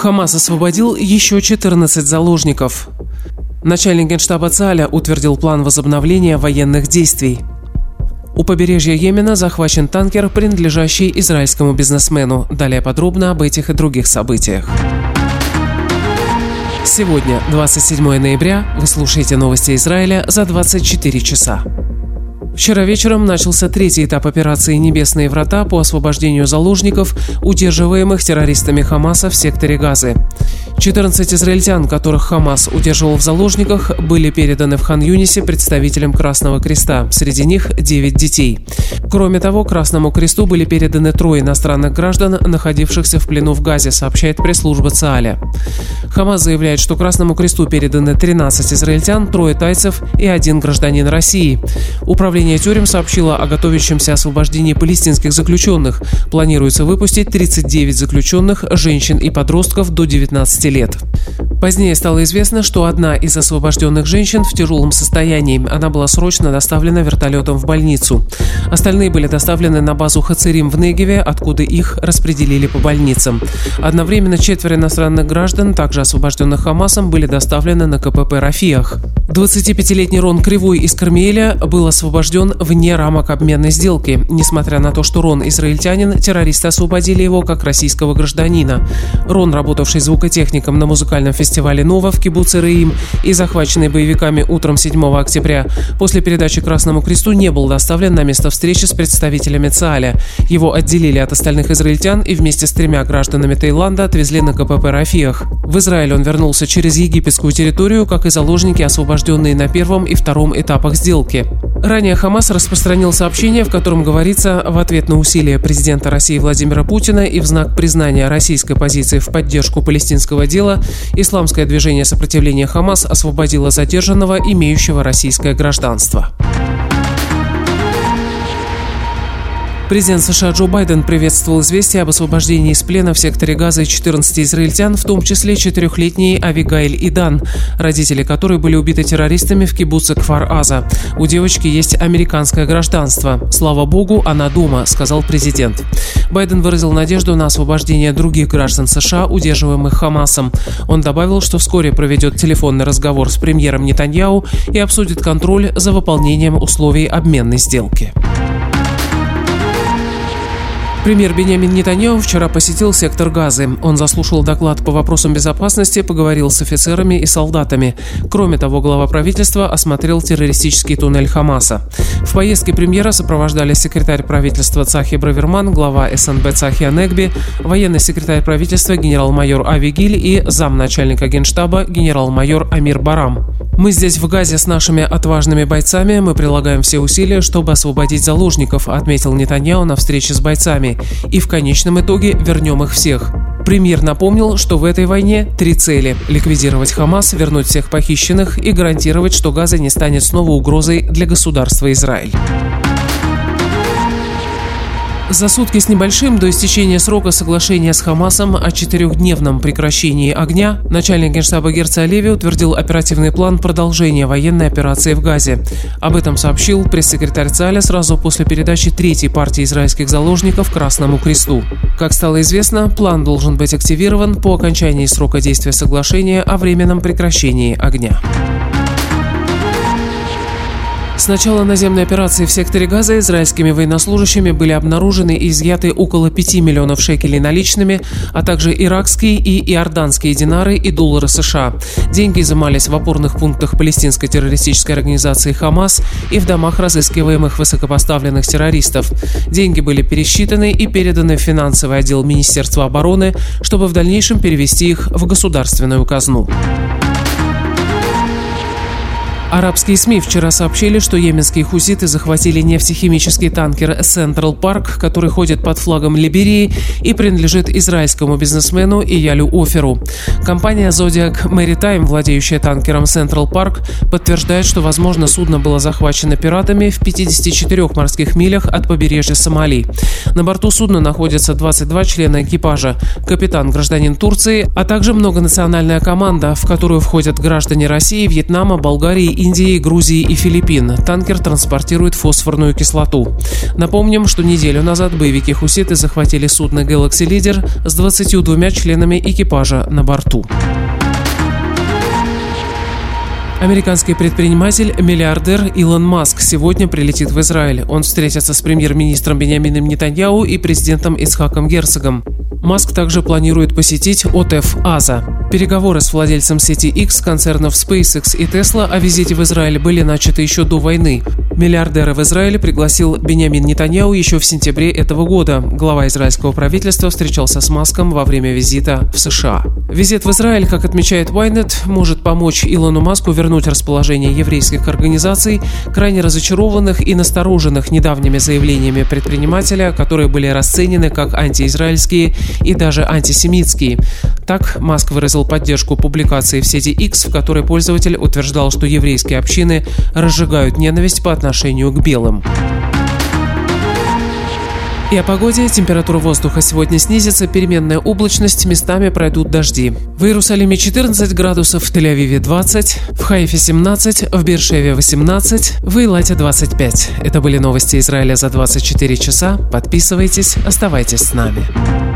Хамас освободил еще 14 заложников. Начальник генштаба ЦААЛя утвердил план возобновления военных действий. У побережья Йемена захвачен танкер, принадлежащий израильскому бизнесмену. Далее подробно об этих и других событиях. Сегодня, 27 ноября, вы слушаете новости Израиля за 24 часа. Вчера вечером начался третий этап операции «Небесные врата» по освобождению заложников, удерживаемых террористами Хамаса в секторе Газы. 14 израильтян, которых Хамас удерживал в заложниках, были переданы в Хан-Юнисе представителям Красного Креста, среди них 9 детей. Кроме того, Красному Кресту были переданы 3 иностранных граждан, находившихся в плену в Газе, сообщает пресс-служба ЦААЛя. Хамас заявляет, что Красному Кресту переданы 13 израильтян, 3 тайцев и 1 гражданин России. Управление тюрем сообщило о готовящемся освобождении палестинских заключенных. Планируется выпустить 39 заключенных, женщин и подростков до 19 лет. Позднее стало известно, что одна из освобожденных женщин в тяжелом состоянии. Она была срочно доставлена вертолетом в больницу. Остальные были доставлены на базу Хацерим в Негеве, откуда их распределили по больницам. Одновременно 4 иностранных граждан, также освобожденных Хамасом, были доставлены на КПП Рафиах. 25-летний Рон Кривой из Кармиэля был освобожден вне рамок обменной сделки. Несмотря на то, что Рон израильтянин, террористы освободили его как российского гражданина. Рон, работавший звукотехником на музыкальном фестивале «Нова» в кибуце Реим и захваченный боевиками утром 7 октября, после передачи Красному Кресту не был доставлен на место встречи с представителями ЦААЛя. Его отделили от остальных израильтян и вместе с 3 гражданами Таиланда отвезли на КПП Рафиах. В Израиль он вернулся через египетскую территорию, как и заложники, освобожденные на первом и втором этапах сделки. Ранее Хамас распространил сообщение, в котором говорится: в ответ на усилия президента России Владимира Путина и в знак признания российской позиции в поддержку палестинского дела, исламское движение сопротивления Хамас освободило задержанного, имеющего российское гражданство. Президент США Джо Байден приветствовал известие об освобождении из плена в секторе Газа 14 израильтян, в том числе 4-летней Авигайль Идан, родители которой были убиты террористами в кибуце Кфар-Аза. У девочки есть американское гражданство. Слава богу, она дома, сказал президент. Байден выразил надежду на освобождение других граждан США, удерживаемых Хамасом. Он добавил, что вскоре проведет телефонный разговор с премьером Нетаньяху и обсудит контроль за выполнением условий обменной сделки. Премьер Биньямин Нетаньяху вчера посетил сектор Газы. Он заслушал доклад по вопросам безопасности, поговорил с офицерами и солдатами. Кроме того, глава правительства осмотрел террористический туннель Хамаса. В поездке премьера сопровождали секретарь правительства Цахи Браверман, глава СНБ Цахи Анегби, военный секретарь правительства генерал-майор Ави Гиль и замначальника генштаба генерал-майор Амир Барам. «Мы здесь в Газе с нашими отважными бойцами, мы прилагаем все усилия, чтобы освободить заложников», отметил Нетаньяху на встрече с бойцами. «И в конечном итоге вернем их всех». Премьер напомнил, что в этой войне 3 цели – ликвидировать Хамас, вернуть всех похищенных и гарантировать, что Газа не станет снова угрозой для государства Израиль. За сутки с небольшим до истечения срока соглашения с Хамасом о 4-дневном прекращении огня начальник генштаба Герци Алеви утвердил оперативный план продолжения военной операции в Газе. Об этом сообщил пресс-секретарь ЦААЛя сразу после передачи 3-й партии израильских заложников Красному Кресту. Как стало известно, план должен быть активирован по окончании срока действия соглашения о временном прекращении огня. С начала наземной операции в секторе Газа израильскими военнослужащими были обнаружены и изъяты около 5 миллионов шекелей наличными, а также иракские и иорданские динары и доллары США. Деньги изымались в опорных пунктах палестинской террористической организации «Хамас» и в домах разыскиваемых высокопоставленных террористов. Деньги были пересчитаны и переданы в финансовый отдел Министерства обороны, чтобы в дальнейшем перевести их в государственную казну. Арабские СМИ вчера сообщили, что йеменские хуситы захватили нефтехимический танкер Central Park, который ходит под флагом Либерии и принадлежит израильскому бизнесмену Иялю Оферу. Компания Zodiac Maritime, владеющая танкером Central Park, подтверждает, что, возможно, судно было захвачено пиратами в 54 морских милях от побережья Сомали. На борту судна находятся 22 члена экипажа, капитан – гражданин Турции, а также многонациональная команда, в которую входят граждане России, Вьетнама, Болгарии Индии, Грузии и Филиппин. Танкер транспортирует фосфорную кислоту. Напомним, что неделю назад боевики хуситы захватили судно Galaxy Leader с 22 членами экипажа на борту. Американский предприниматель, миллиардер Илон Маск сегодня прилетит в Израиль. Он встретится с премьер-министром Биньямином Нетаньяху и президентом Ицхаком Герцогом. Маск также планирует посетить ОТЭФ Аза. Переговоры с владельцем сети X концернов SpaceX и Tesla о визите в Израиль были начаты еще до войны. Миллиардера в Израиле пригласил Биньямин Нетаньяху еще в сентябре этого года. Глава израильского правительства встречался с Маском во время визита в США. Визит в Израиль, как отмечает Ynet, может помочь Илону Маску вернуть расположение еврейских организаций, крайне разочарованных и настороженных недавними заявлениями предпринимателя, которые были расценены как антиизраильские и даже антисемитские. Так, Маск выразил поддержку публикации в сети X, в которой пользователь утверждал, что еврейские общины разжигают ненависть по отношению к белым. И о погоде. Температура воздуха сегодня снизится, переменная облачность, местами пройдут дожди. В Иерусалиме 14 градусов, в Тель-Авиве 20, в Хайфе 17, в Беэр-Шеве 18, в Эйлате 25. Это были новости Израиля за 24 часа. Подписывайтесь, оставайтесь с нами.